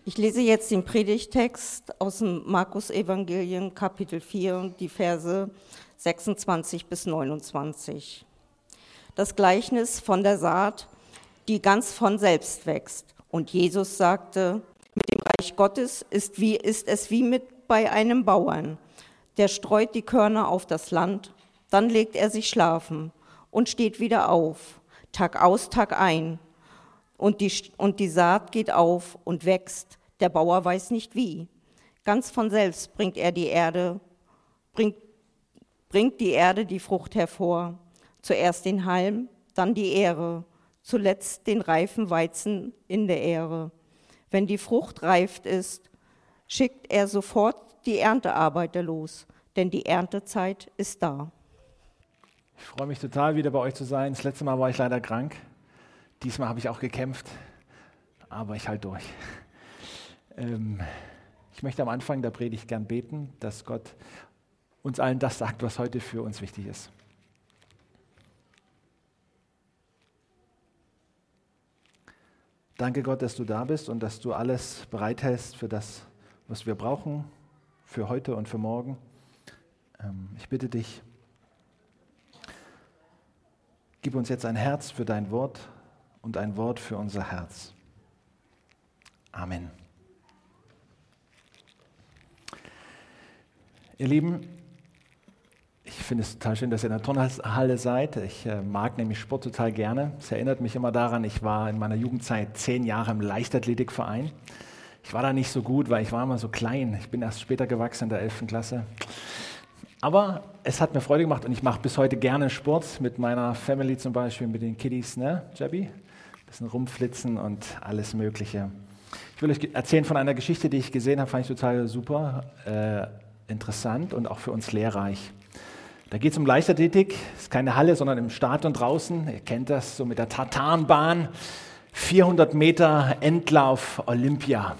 Ich lese jetzt den Predigtext aus dem Markus-Evangelium, Kapitel 4, die Verse 26 bis 29. Das Gleichnis von der Saat, die ganz von selbst wächst. Und Jesus sagte, mit dem Reich Gottes ist es wie mit bei einem Bauern. Der streut die Körner auf das Land, dann legt er sich schlafen und steht wieder auf, Tag aus, Tag ein. Und die Saat geht auf und wächst, der Bauer weiß nicht wie. Ganz von selbst bringt die Erde die Frucht hervor. Zuerst den Halm, dann die Ähre, zuletzt den reifen Weizen in der Ähre. Wenn die Frucht reift ist, schickt er sofort die Erntearbeiter los, denn die Erntezeit ist da. Ich freue mich total, wieder bei euch zu sein. Das letzte Mal war ich leider krank. Diesmal habe ich auch gekämpft, aber ich halte durch. Ich möchte am Anfang der Predigt gern beten, dass Gott uns allen das sagt, was heute für uns wichtig ist. Danke Gott, dass du da bist und dass du alles bereithältst für das, was wir brauchen, für heute und für morgen. Ich bitte dich, gib uns jetzt ein Herz für dein Wort und ein Wort für unser Herz. Amen. Ihr Lieben, ich finde es total schön, dass ihr in der Turnhalle seid. Ich mag nämlich Sport total gerne. Es erinnert mich immer daran, ich war in meiner Jugendzeit 10 Jahre im Leichtathletikverein. Ich war da nicht so gut, weil ich war immer so klein. Ich bin erst später gewachsen in der 11. Klasse. Aber es hat mir Freude gemacht und ich mache bis heute gerne Sport mit meiner Family zum Beispiel, mit den Kiddies, ne, Jabby? Ein bisschen rumflitzen und alles Mögliche. Ich will euch erzählen von einer Geschichte, die ich gesehen habe, fand ich total super, interessant und auch für uns lehrreich. Da geht es um Leichtathletik, es ist keine Halle, sondern im Stadion draußen. Ihr kennt das, so mit der Tartanbahn, 400 Meter Endlauf Olympia.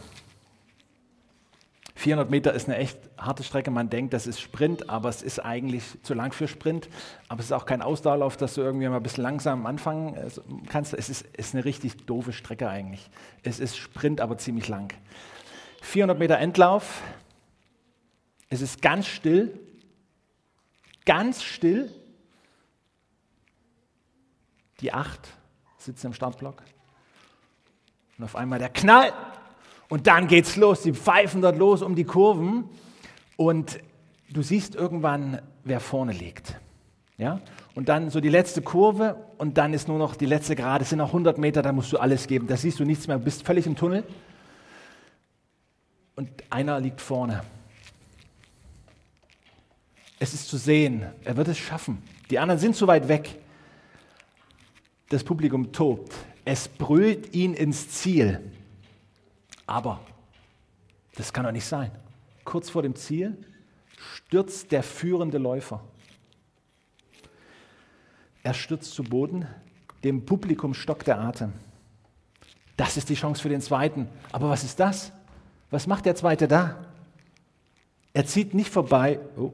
400 Meter ist eine echt harte Strecke, man denkt, das ist Sprint, aber es ist eigentlich zu lang für Sprint. Aber es ist auch kein Ausdauerlauf, dass du irgendwie mal ein bisschen langsam anfangen kannst. Es ist eine richtig doofe Strecke eigentlich. Es ist Sprint, aber ziemlich lang. 400 Meter Endlauf, es ist ganz still. Die 8 sitzen im Startblock und auf einmal der Knall. Und dann geht's los, die pfeifen dort los um die Kurven und du siehst irgendwann, wer vorne liegt. Ja? Und dann so die letzte Kurve und dann ist nur noch die letzte Gerade, es sind noch 100 Meter, da musst du alles geben, da siehst du nichts mehr, du bist völlig im Tunnel und einer liegt vorne. Es ist zu sehen, er wird es schaffen. Die anderen sind zu weit weg. Das Publikum tobt, es brüllt ihn ins Ziel. Aber das kann doch nicht sein. Kurz vor dem Ziel stürzt der führende Läufer. Er stürzt zu Boden, dem Publikum stockt der Atem. Das ist die Chance für den Zweiten. Aber was ist das? Was macht der Zweite da? Er zieht nicht vorbei. Oh.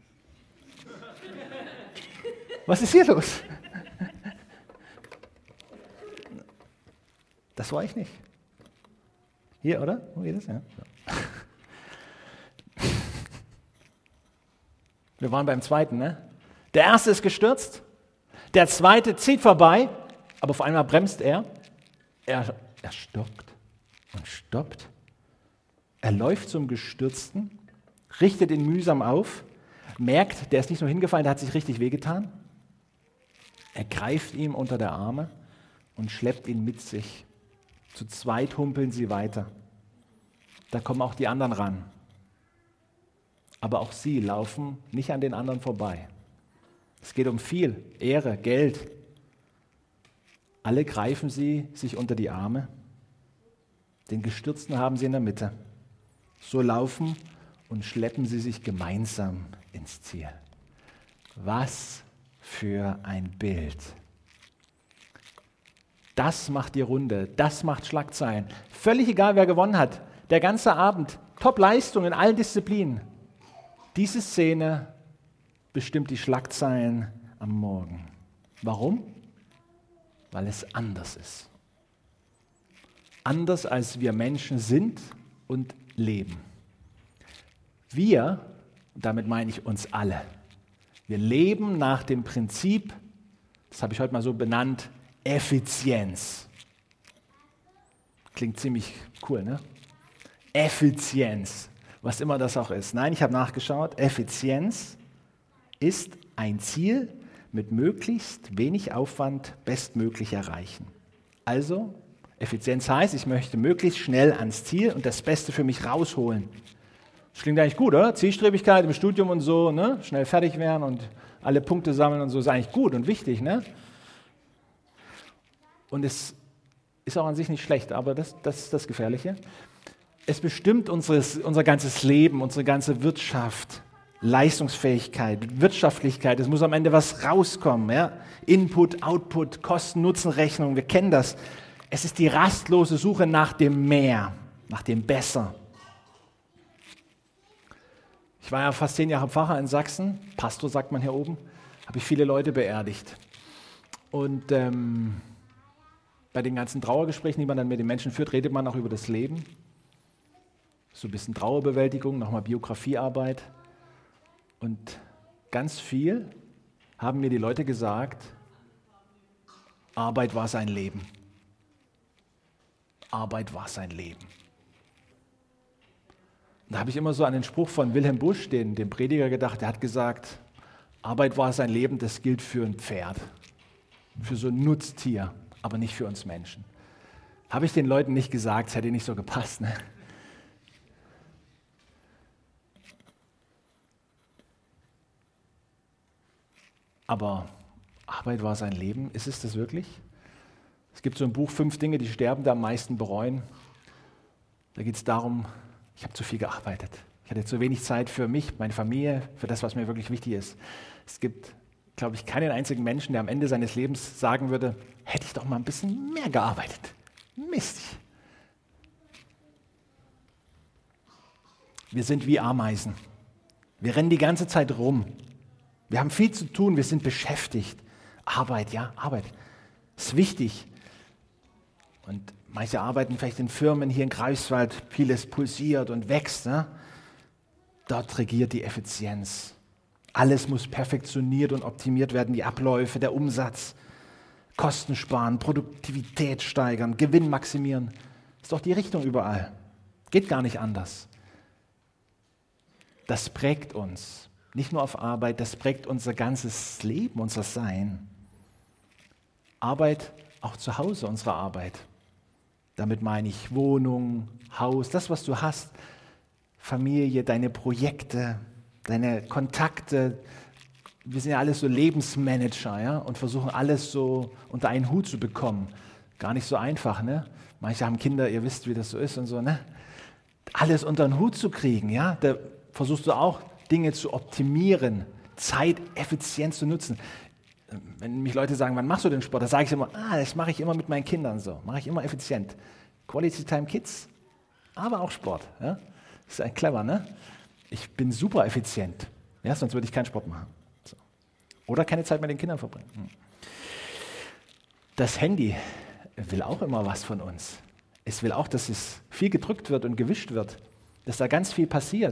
Was ist hier los? Das war ich nicht. Hier, oder? Wo geht es? Ja. Wir waren beim Zweiten, ne? Der Erste ist gestürzt, der Zweite zieht vorbei, aber auf einmal bremst er. Er stockt und stoppt. Er läuft zum Gestürzten, richtet ihn mühsam auf, merkt, der ist nicht nur hingefallen, der hat sich richtig wehgetan. Er greift ihm unter der Arme und schleppt ihn mit sich. Zu zweit humpeln sie weiter. Da kommen auch die anderen ran. Aber auch sie laufen nicht an den anderen vorbei. Es geht um viel, Ehre, Geld. Alle greifen sie sich unter die Arme. Den Gestürzten haben sie in der Mitte. So laufen und schleppen sie sich gemeinsam ins Ziel. Was für ein Bild. Das macht die Runde, das macht Schlagzeilen. Völlig egal, wer gewonnen hat. Der ganze Abend, Top-Leistung in allen Disziplinen. Diese Szene bestimmt die Schlagzeilen am Morgen. Warum? Weil es anders ist. Anders als wir Menschen sind und Leben. Wir, damit meine ich uns alle, wir leben nach dem Prinzip, das habe ich heute mal so benannt, Effizienz. Klingt ziemlich cool, ne? Effizienz, was immer das auch ist. Nein, ich habe nachgeschaut, Effizienz ist ein Ziel mit möglichst wenig Aufwand bestmöglich erreichen. Also, Effizienz heißt, ich möchte möglichst schnell ans Ziel und das Beste für mich rausholen. Das klingt eigentlich gut, oder? Zielstrebigkeit im Studium und so, ne? Schnell fertig werden und alle Punkte sammeln und so, ist eigentlich gut und wichtig, ne? Und es ist auch an sich nicht schlecht, aber das ist das Gefährliche. Es bestimmt unser ganzes Leben, unsere ganze Wirtschaft, Leistungsfähigkeit, Wirtschaftlichkeit. Es muss am Ende was rauskommen. Ja? Input, Output, Kosten-Nutzen-Rechnung, wir kennen das. Es ist die rastlose Suche nach dem Mehr, nach dem Besser. Ich war ja fast 10 Jahre Pfarrer in Sachsen, Pastor sagt man hier oben, habe ich viele Leute beerdigt. Und bei den ganzen Trauergesprächen, die man dann mit den Menschen führt, redet man auch über das Leben. So ein bisschen Trauerbewältigung, nochmal Biografiearbeit. Und ganz viel haben mir die Leute gesagt, Arbeit war sein Leben. Arbeit war sein Leben. Und da habe ich immer so an den Spruch von Wilhelm Busch, dem Prediger, gedacht. Der hat gesagt, Arbeit war sein Leben, das gilt für ein Pferd, für so ein Nutztier, aber nicht für uns Menschen. Habe ich den Leuten nicht gesagt, es hätte nicht so gepasst, ne? Aber Arbeit war sein Leben. Ist es das wirklich? Es gibt so ein Buch, 5 Dinge, die Sterbende am meisten bereuen. Da geht es darum, ich habe zu viel gearbeitet. Ich hatte zu wenig Zeit für mich, meine Familie, für das, was mir wirklich wichtig ist. Es gibt, glaube ich, keinen einzigen Menschen, der am Ende seines Lebens sagen würde, hätte ich doch mal ein bisschen mehr gearbeitet. Mist. Wir sind wie Ameisen. Wir rennen die ganze Zeit rum. Wir haben viel zu tun, wir sind beschäftigt. Arbeit, ja, Arbeit ist wichtig. Und manche arbeiten vielleicht in Firmen hier in Greifswald, vieles pulsiert und wächst. Ne? Dort regiert die Effizienz. Alles muss perfektioniert und optimiert werden, die Abläufe, der Umsatz. Kosten sparen, Produktivität steigern, Gewinn maximieren. Ist doch die Richtung überall. Geht gar nicht anders. Das prägt uns. Nicht nur auf Arbeit, das prägt unser ganzes Leben, unser Sein. Arbeit, auch zu Hause, unsere Arbeit. Damit meine ich Wohnung, Haus, das, was du hast, Familie, deine Projekte, deine Kontakte. Wir sind ja alles so Lebensmanager, ja, und versuchen alles so unter einen Hut zu bekommen. Gar nicht so einfach, ne? Manche haben Kinder, ihr wisst, wie das so ist und so, ne? Alles unter den Hut zu kriegen, ja, da versuchst du auch Dinge zu optimieren, Zeit effizient zu nutzen. Wenn mich Leute sagen, wann machst du den Sport? Da sage ich immer, das mache ich immer mit meinen Kindern so, mache ich immer effizient. Quality Time Kids, aber auch Sport. Ja? Das ist clever, ne? Ich bin super effizient, ja? Sonst würde ich keinen Sport machen. So. Oder keine Zeit mit den Kindern verbringen. Das Handy will auch immer was von uns. Es will auch, dass es viel gedrückt wird und gewischt wird, dass da ganz viel passiert.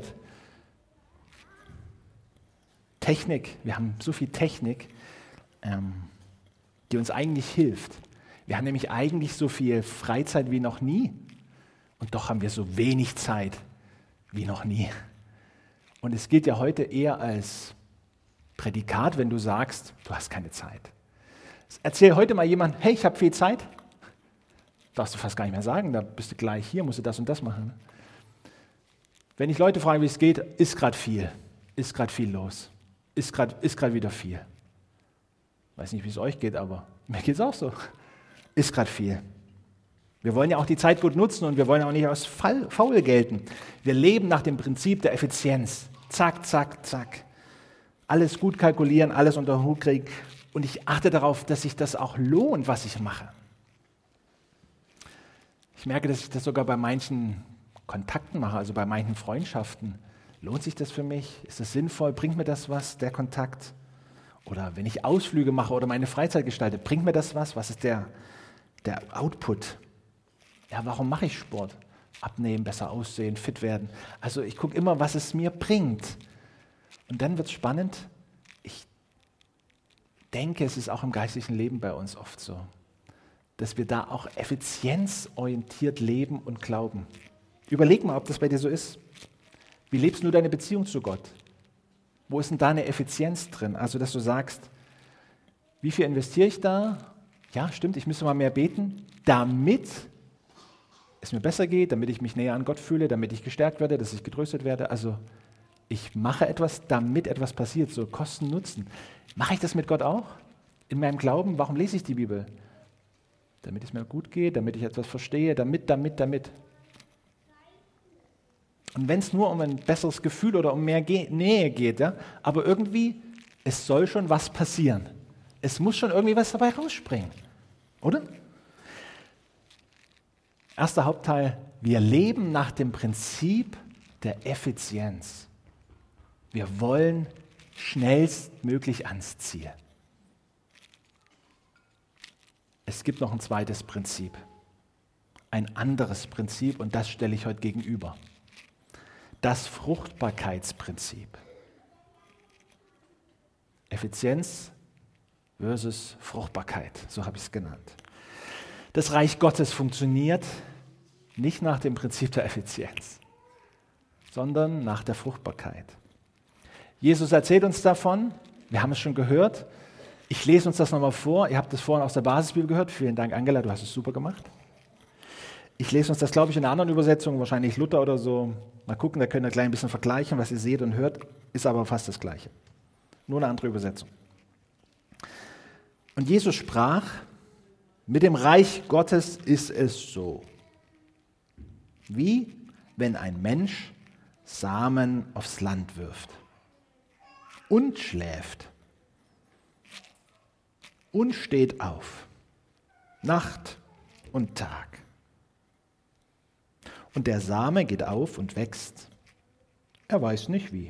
Technik, wir haben so viel Technik, die uns eigentlich hilft. Wir haben nämlich eigentlich so viel Freizeit wie noch nie und doch haben wir so wenig Zeit wie noch nie. Und es gilt ja heute eher als Prädikat, wenn du sagst, du hast keine Zeit. Erzähl heute mal jemand, hey, ich habe viel Zeit. Darfst du fast gar nicht mehr sagen, da bist du gleich hier, musst du das und das machen. Wenn ich Leute frage, wie es geht, ist gerade viel los. Ist gerade wieder viel. Weiß nicht, wie es euch geht, aber mir geht es auch so. Ist gerade viel. Wir wollen ja auch die Zeit gut nutzen und wir wollen auch nicht als faul gelten. Wir leben nach dem Prinzip der Effizienz. Zack, zack, zack. Alles gut kalkulieren, alles unter den Hut kriegen. Und ich achte darauf, dass sich das auch lohnt, was ich mache. Ich merke, dass ich das sogar bei manchen Kontakten mache, also bei manchen Freundschaften. Lohnt sich das für mich? Ist das sinnvoll? Bringt mir das was, der Kontakt? Oder wenn ich Ausflüge mache oder meine Freizeit gestalte, bringt mir das was? Was ist der Output? Ja, warum mache ich Sport? abnehmen, besser aussehen, fit werden. Also ich gucke immer, was es mir bringt. Und dann wird es spannend. Ich denke, es ist auch im geistlichen Leben bei uns oft so, dass wir da auch effizienzorientiert leben und glauben. Überleg mal, ob das bei dir so ist. Wie lebst du deine Beziehung zu Gott? Wo ist denn da eine Effizienz drin? Also, dass du sagst, wie viel investiere ich da? Ja, stimmt, ich müsste mal mehr beten, damit es mir besser geht, damit ich mich näher an Gott fühle, damit ich gestärkt werde, dass ich getröstet werde. Also, ich mache etwas, damit etwas passiert, so Kosten, Nutzen. Mache ich das mit Gott auch? In meinem Glauben, warum lese ich die Bibel? Damit es mir gut geht, damit ich etwas verstehe, damit. Und wenn es nur um ein besseres Gefühl oder um mehr Nähe geht, ja, aber irgendwie, es soll schon was passieren. Es muss schon irgendwie was dabei rausspringen, oder? Erster Hauptteil, wir leben nach dem Prinzip der Effizienz. Wir wollen schnellstmöglich ans Ziel. Es gibt noch ein zweites Prinzip, ein anderes Prinzip, und das stelle ich heute gegenüber. Das Fruchtbarkeitsprinzip. Effizienz versus Fruchtbarkeit, so habe ich es genannt. Das Reich Gottes funktioniert nicht nach dem Prinzip der Effizienz, sondern nach der Fruchtbarkeit. Jesus erzählt uns davon, wir haben es schon gehört. Ich lese uns das nochmal vor. Ihr habt es vorhin aus der Basisbibel gehört. Vielen Dank, Angela, du hast es super gemacht. Ich lese uns das, glaube ich, in einer anderen Übersetzung, wahrscheinlich Luther oder so. Mal gucken, da könnt ihr gleich ein bisschen vergleichen, was ihr seht und hört, ist aber fast das Gleiche. Nur eine andere Übersetzung. Und Jesus sprach, mit dem Reich Gottes ist es so, wie wenn ein Mensch Samen aufs Land wirft und schläft und steht auf, Nacht und Tag. Und der Same geht auf und wächst, er weiß nicht wie.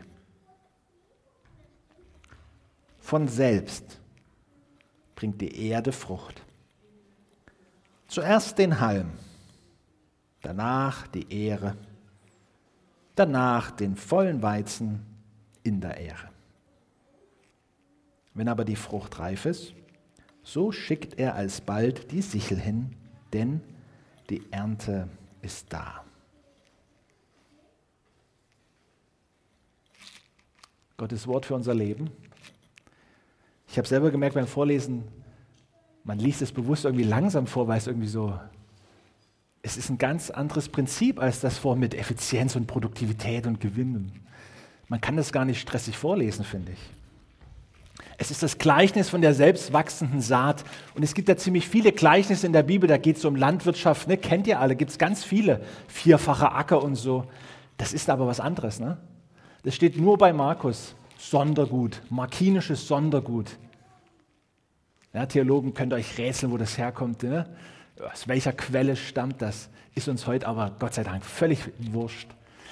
Von selbst bringt die Erde Frucht. Zuerst den Halm, danach die Ähre, danach den vollen Weizen in der Ähre. Wenn aber die Frucht reif ist, so schickt er alsbald die Sichel hin, denn die Ernte ist da. Gottes Wort für unser Leben. Ich habe selber gemerkt beim Vorlesen, man liest es bewusst irgendwie langsam vor, weil es irgendwie so, es ist ein ganz anderes Prinzip als das vor mit Effizienz und Produktivität und Gewinnen. Man kann das gar nicht stressig vorlesen, finde ich. Es ist das Gleichnis von der selbstwachsenden Saat. Und es gibt da ziemlich viele Gleichnisse in der Bibel, da geht es um Landwirtschaft, ne? Kennt ihr alle, gibt es ganz viele, vierfacher Acker und so. Das ist aber was anderes, ne? Das steht nur bei Markus, Sondergut, markinisches Sondergut. Ja, Theologen könnt ihr euch rätseln, wo das herkommt, ne? Aus welcher Quelle stammt das, ist uns heute aber Gott sei Dank völlig wurscht.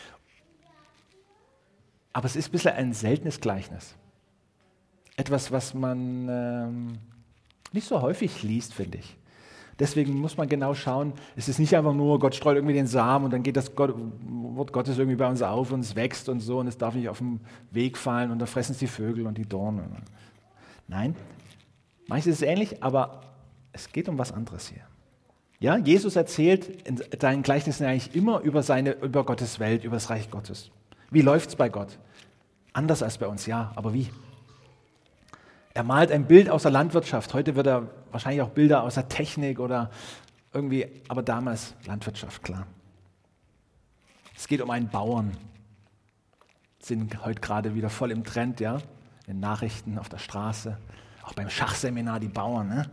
Aber es ist ein bisschen ein seltenes Gleichnis. Etwas, was man nicht so häufig liest, finde ich. Deswegen muss man genau schauen, es ist nicht einfach nur, Gott streut irgendwie den Samen und dann geht das Wort Gottes irgendwie bei uns auf und es wächst und so und es darf nicht auf den Weg fallen und da fressen es die Vögel und die Dornen. Nein, manches ist ähnlich, aber es geht um was anderes hier. Ja, Jesus erzählt in seinen Gleichnissen eigentlich immer über Gottes Welt, über das Reich Gottes. Wie läuft es bei Gott? Anders als bei uns, ja, aber wie? Er malt ein Bild aus der Landwirtschaft. Heute wird er wahrscheinlich auch Bilder aus der Technik oder irgendwie, aber damals Landwirtschaft, klar. Es geht um einen Bauern. Sind heute gerade wieder voll im Trend, ja, in Nachrichten, auf der Straße, auch beim Schachseminar die Bauern. Ne?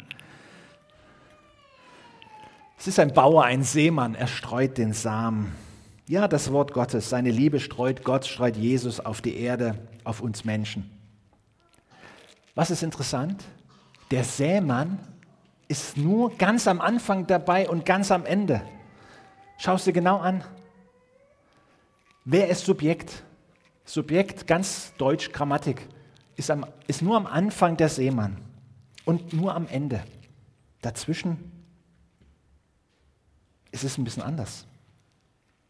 Es ist ein Bauer, ein Seemann, er streut den Samen. Ja, das Wort Gottes, seine Liebe streut Gott, streut Jesus auf die Erde, auf uns Menschen. Was ist interessant? Der Sämann ist nur ganz am Anfang dabei und ganz am Ende. Schau es dir genau an. Wer ist Subjekt? Subjekt, ganz deutsch, Grammatik, ist nur am Anfang der Sämann und nur am Ende. Dazwischen ist es ein bisschen anders.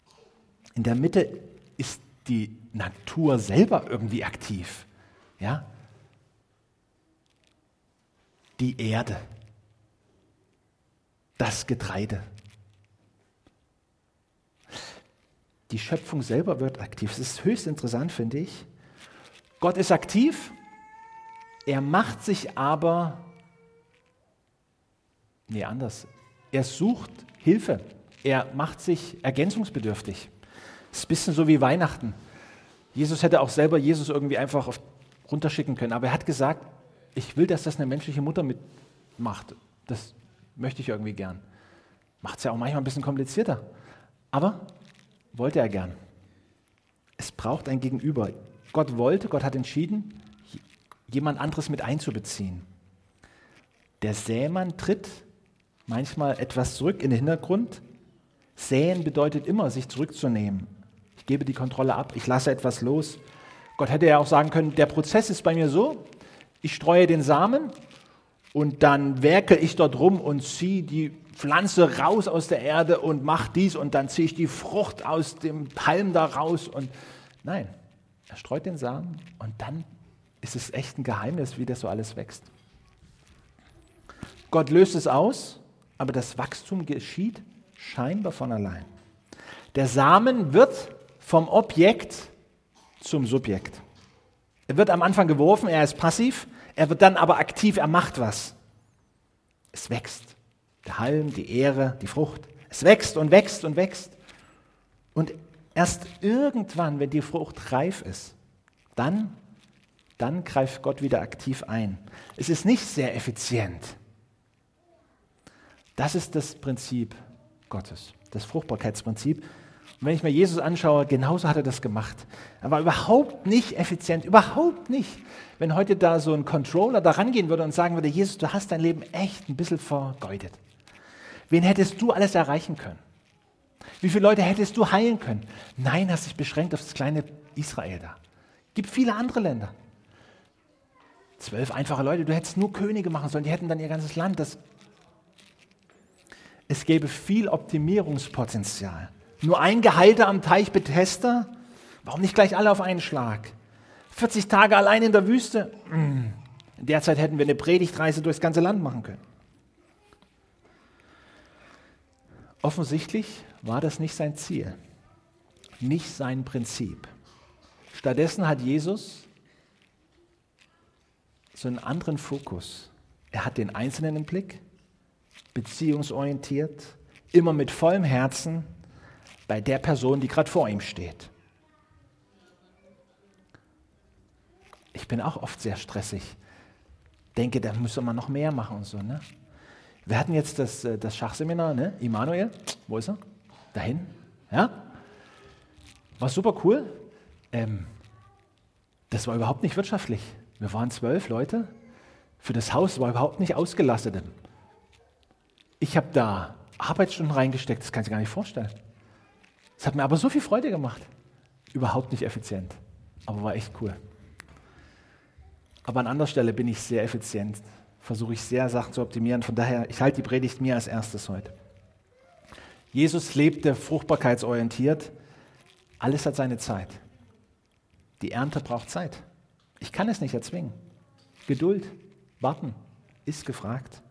In der Mitte ist die Natur selber irgendwie aktiv. Ja? Die Erde, das Getreide. Die Schöpfung selber wird aktiv. Es ist höchst interessant, finde ich. Gott ist aktiv, er macht sich aber, anders. Er sucht Hilfe, er macht sich ergänzungsbedürftig. Es ist ein bisschen so wie Weihnachten. Jesus hätte auch selber Jesus irgendwie einfach runterschicken können, aber er hat gesagt, ich will, dass das eine menschliche Mutter mitmacht. Das möchte ich irgendwie gern. Macht es ja auch manchmal ein bisschen komplizierter, aber wollte er gern. Es braucht ein Gegenüber. Gott hat entschieden, jemand anderes mit einzubeziehen. Der Sämann tritt manchmal etwas zurück in den Hintergrund. Säen bedeutet immer, sich zurückzunehmen. Ich gebe die Kontrolle ab, ich lasse etwas los. Gott hätte ja auch sagen können, der Prozess ist bei mir so, ich streue den Samen und dann werke ich dort rum und ziehe die Pflanze raus aus der Erde und mache dies und dann ziehe ich die Frucht aus dem Halm da raus. Und nein, er streut den Samen und dann ist es echt ein Geheimnis, wie das so alles wächst. Gott löst es aus, aber das Wachstum geschieht scheinbar von allein. Der Samen wird vom Objekt zum Subjekt. Er wird am Anfang geworfen, er ist passiv, er wird dann aber aktiv, er macht was. Es wächst. Der Halm, die Ähre, die Frucht. Es wächst und wächst und wächst. Und erst irgendwann, wenn die Frucht reif ist, dann greift Gott wieder aktiv ein. Es ist nicht sehr effizient. Das ist das Prinzip Gottes, das Fruchtbarkeitsprinzip. Und wenn ich mir Jesus anschaue, genauso hat er das gemacht. Er war überhaupt nicht effizient, überhaupt nicht. Wenn heute da so ein Controller da rangehen würde und sagen würde, Jesus, du hast dein Leben echt ein bisschen vergeudet. Wen hättest du alles erreichen können? Wie viele Leute hättest du heilen können? Nein, hast dich beschränkt auf das kleine Israel da. Gibt viele andere Länder. 12 einfache Leute, du hättest nur Könige machen sollen, die hätten dann ihr ganzes Land. Es gäbe viel Optimierungspotenzial. Nur ein Geheilter am Teich Bethesda? Warum nicht gleich alle auf einen Schlag? 40 Tage allein in der Wüste? In der Zeit hätten wir eine Predigtreise durchs ganze Land machen können. Offensichtlich war das nicht sein Ziel, nicht sein Prinzip. Stattdessen hat Jesus so einen anderen Fokus. Er hat den Einzelnen im Blick, beziehungsorientiert, immer mit vollem Herzen bei der Person, die gerade vor ihm steht. Ich bin auch oft sehr stressig. Denke, da müsste man noch mehr machen und so. Ne? Wir hatten jetzt das Schachseminar, ne? Immanuel, wo ist er? Dahin. Ja? War super cool. Das war überhaupt nicht wirtschaftlich. Wir waren 12 Leute. Für das Haus war überhaupt nicht ausgelastet. Ich habe da Arbeitsstunden reingesteckt, das kannst du dir gar nicht vorstellen. Es hat mir aber so viel Freude gemacht. Überhaupt nicht effizient, aber war echt cool. Aber an anderer Stelle bin ich sehr effizient, versuche ich sehr, Sachen zu optimieren. Von daher, ich halte die Predigt mir als erstes heute. Jesus lebte fruchtbarkeitsorientiert. Alles hat seine Zeit. Die Ernte braucht Zeit. Ich kann es nicht erzwingen. Geduld, warten ist gefragt.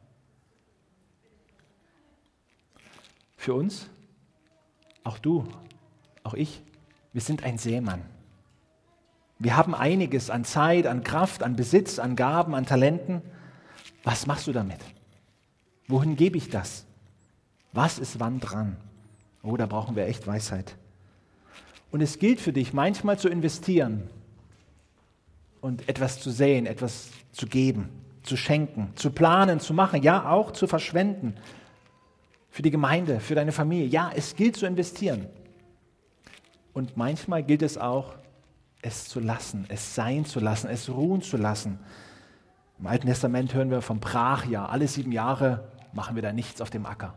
Für uns, auch du, auch ich, wir sind ein Sämann. Wir haben einiges an Zeit, an Kraft, an Besitz, an Gaben, an Talenten. Was machst du damit? Wohin gebe ich das? Was ist wann dran? Oh, da brauchen wir echt Weisheit. Und es gilt für dich, manchmal zu investieren und etwas zu säen, etwas zu geben, zu schenken, zu planen, zu machen, ja auch zu verschwenden. Für die Gemeinde, für deine Familie. Ja, es gilt zu investieren. Und manchmal gilt es auch, es zu lassen, es sein zu lassen, es ruhen zu lassen. Im Alten Testament hören wir vom Brachjahr. Alle 7 Jahre machen wir da nichts auf dem Acker.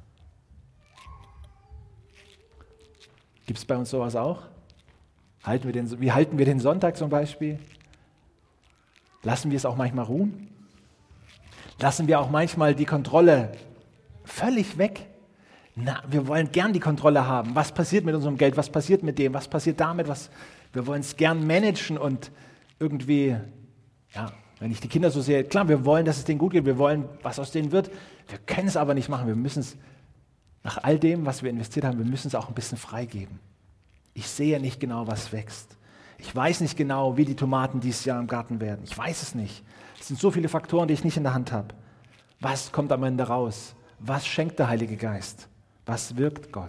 Gibt es bei uns sowas auch? Wie halten wir den Sonntag zum Beispiel? Lassen wir es auch manchmal ruhen? Lassen wir auch manchmal die Kontrolle völlig weg? Wir wollen gern die Kontrolle haben. Was passiert mit unserem Geld? Was passiert mit dem? Was passiert damit? Wir wollen es gern managen und irgendwie, ja, wenn ich die Kinder so sehe, klar, wir wollen, dass es denen gut geht. Wir wollen, was aus denen wird. Wir können es aber nicht machen. Wir müssen es, nach all dem, was wir investiert haben, wir müssen es auch ein bisschen freigeben. Ich sehe nicht genau, was wächst. Ich weiß nicht genau, wie die Tomaten dieses Jahr im Garten werden. Ich weiß es nicht. Es sind so viele Faktoren, die ich nicht in der Hand habe. Was kommt am Ende raus? Was schenkt der Heilige Geist? Was wirkt Gott?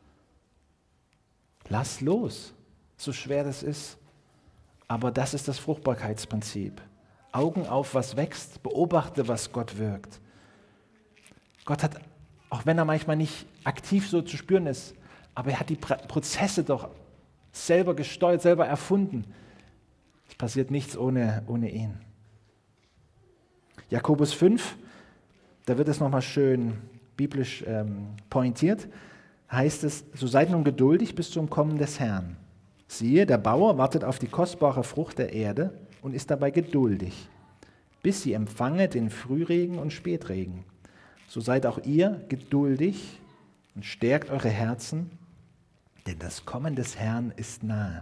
Lass los, so schwer das ist. Aber das ist das Fruchtbarkeitsprinzip. Augen auf, was wächst, beobachte, was Gott wirkt. Gott hat, auch wenn er manchmal nicht aktiv so zu spüren ist, aber er hat die Prozesse doch selber gesteuert, selber erfunden. Es passiert nichts ohne ihn. Jakobus 5, da wird es nochmal schön biblisch pointiert, heißt es, so seid nun geduldig bis zum Kommen des Herrn. Siehe, der Bauer wartet auf die kostbare Frucht der Erde und ist dabei geduldig, bis sie empfange den Frühregen und Spätregen. So seid auch ihr geduldig und stärkt eure Herzen, denn das Kommen des Herrn ist nahe.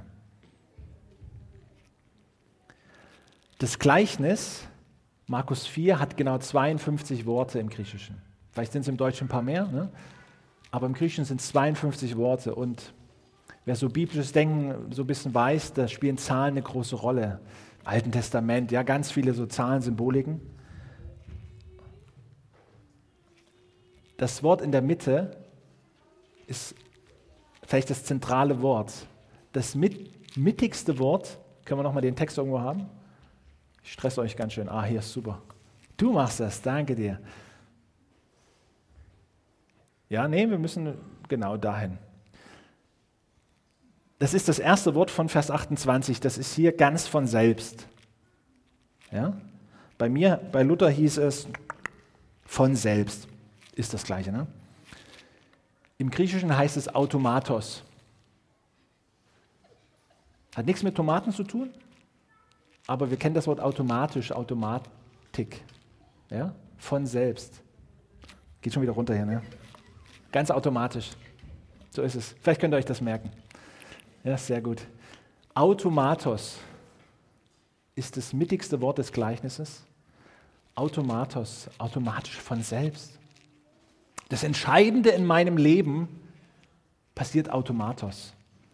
Das Gleichnis, Markus 4, hat genau 52 Worte im Griechischen. Vielleicht sind es im Deutschen ein paar mehr, ne? Aber im Griechischen sind es 52 Worte. Und wer so biblisches Denken so ein bisschen weiß, da spielen Zahlen eine große Rolle. Im Alten Testament, ja, ganz viele so Zahlensymboliken. Das Wort in der Mitte ist vielleicht das zentrale Wort. Das mittigste Wort, können wir nochmal den Text irgendwo haben? Ich stresse euch ganz schön. Hier ist super. Du machst das, danke dir. Ja, nee, wir müssen genau dahin. Das ist das erste Wort von Vers 28, das ist hier ganz von selbst. Ja? Bei Luther hieß es von selbst, ist das Gleiche. Ne? Im Griechischen heißt es Automatos. Hat nichts mit Tomaten zu tun, aber wir kennen das Wort automatisch, Automatik. Ja? Von selbst. Geht schon wieder runter hier, ne? Ganz automatisch. So ist es. Vielleicht könnt ihr euch das merken. Ja, sehr gut. Automatos ist das mittigste Wort des Gleichnisses. Automatos, automatisch von selbst. Das Entscheidende in meinem Leben passiert automatos.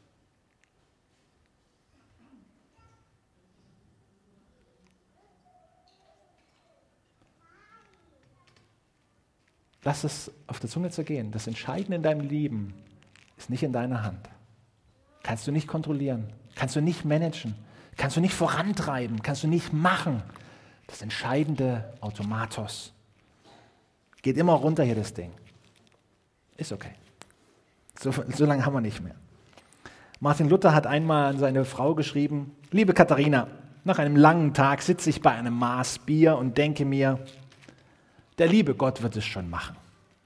Lass es auf der Zunge zergehen. Das Entscheidende in deinem Leben ist nicht in deiner Hand. Kannst du nicht kontrollieren, kannst du nicht managen, kannst du nicht vorantreiben, kannst du nicht machen. Das Entscheidende automatos. Geht immer runter hier das Ding. Ist okay. So lange haben wir nicht mehr. Martin Luther hat einmal an seine Frau geschrieben: Liebe Katharina, nach einem langen Tag sitze ich bei einem Maß Bier und denke mir, der liebe Gott wird es schon machen.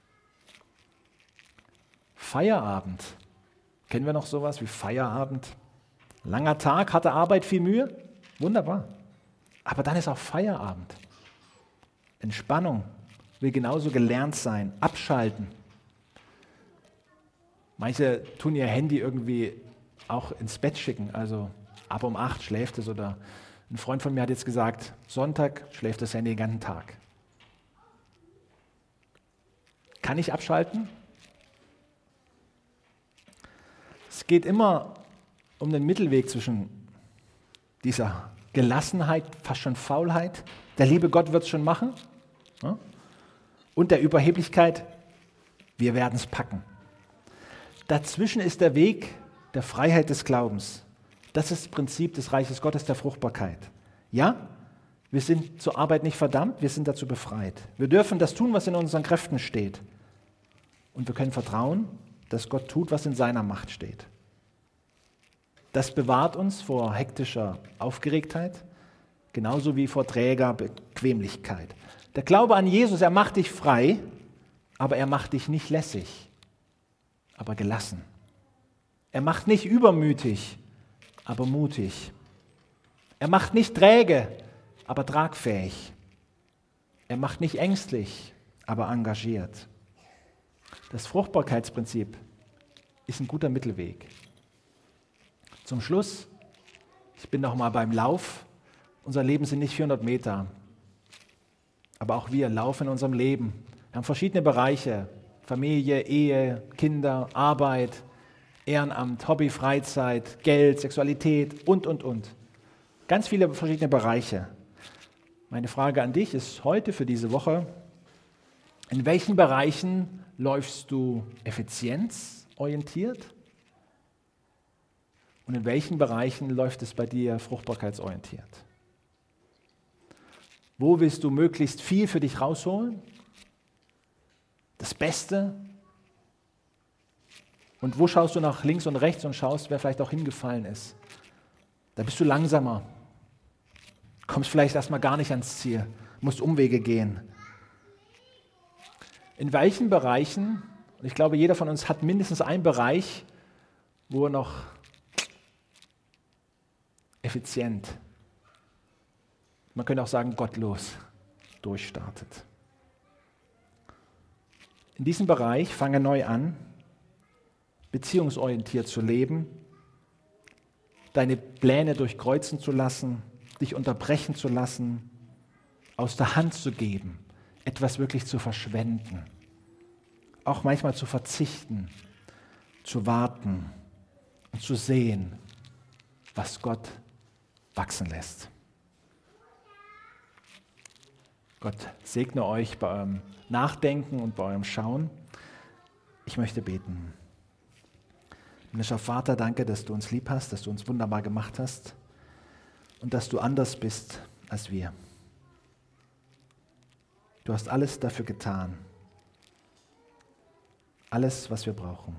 Feierabend. Kennen wir noch sowas wie Feierabend? Langer Tag, harte Arbeit, viel Mühe? Wunderbar. Aber dann ist auch Feierabend. Entspannung will genauso gelernt sein. Abschalten. Manche tun ihr Handy irgendwie auch ins Bett schicken. Also ab um 8 schläft es. Oder ein Freund von mir hat jetzt gesagt, Sonntag schläft das Handy den ganzen Tag. Kann ich abschalten? Es geht immer um den Mittelweg zwischen dieser Gelassenheit, fast schon Faulheit, der liebe Gott wird es schon machen, ja, und der Überheblichkeit, wir werden es packen. Dazwischen ist der Weg der Freiheit des Glaubens. Das ist das Prinzip des Reiches Gottes, der Fruchtbarkeit. Ja, wir sind zur Arbeit nicht verdammt, wir sind dazu befreit. Wir dürfen das tun, was in unseren Kräften steht. Und wir können vertrauen, dass Gott tut, was in seiner Macht steht. Das bewahrt uns vor hektischer Aufgeregtheit, genauso wie vor träger Bequemlichkeit. Der Glaube an Jesus, er macht dich frei, aber er macht dich nicht lässig, aber gelassen. Er macht nicht übermütig, aber mutig. Er macht nicht träge, aber tragfähig. Er macht nicht ängstlich, aber engagiert. Das Fruchtbarkeitsprinzip ist ein guter Mittelweg. Zum Schluss, ich bin noch mal beim Lauf. Unser Leben sind nicht 400 Meter, aber auch wir laufen in unserem Leben. Wir haben verschiedene Bereiche: Familie, Ehe, Kinder, Arbeit, Ehrenamt, Hobby, Freizeit, Geld, Sexualität und. Ganz viele verschiedene Bereiche. Meine Frage an dich ist heute für diese Woche: In welchen Bereichen läufst du effizienzorientiert? Und in welchen Bereichen läuft es bei dir fruchtbarkeitsorientiert? Wo willst du möglichst viel für dich rausholen? Das Beste? Und wo schaust du nach links und rechts und schaust, wer vielleicht auch hingefallen ist? Da bist du langsamer. Kommst vielleicht erstmal gar nicht ans Ziel, musst Umwege gehen. In welchen Bereichen, und ich glaube, jeder von uns hat mindestens einen Bereich, wo er noch effizient, man könnte auch sagen gottlos, durchstartet. In diesem Bereich fange neu an, beziehungsorientiert zu leben, deine Pläne durchkreuzen zu lassen, dich unterbrechen zu lassen, aus der Hand zu geben, etwas wirklich zu verschwenden, auch manchmal zu verzichten, zu warten und zu sehen, was Gott wachsen lässt. Gott segne euch bei eurem Nachdenken und bei eurem Schauen. Ich möchte beten. Himmlischer Vater, danke, dass du uns lieb hast, dass du uns wunderbar gemacht hast und dass du anders bist als wir. Du hast alles dafür getan. Alles, was wir brauchen.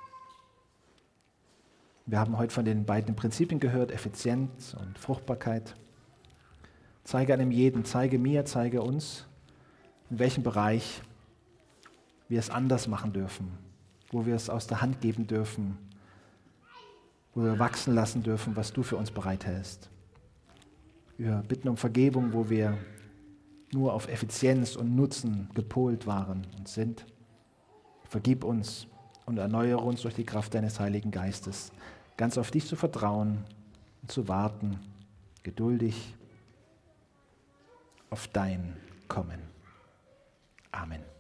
Wir haben heute von den beiden Prinzipien gehört, Effizienz und Fruchtbarkeit. Zeige einem jeden, zeige mir, zeige uns, in welchem Bereich wir es anders machen dürfen, wo wir es aus der Hand geben dürfen, wo wir wachsen lassen dürfen, was du für uns bereithältst. Wir bitten um Vergebung, wo wir nur auf Effizienz und Nutzen gepolt waren und sind. Vergib uns und erneuere uns durch die Kraft deines Heiligen Geistes, ganz auf dich zu vertrauen und zu warten, geduldig auf dein Kommen. Amen.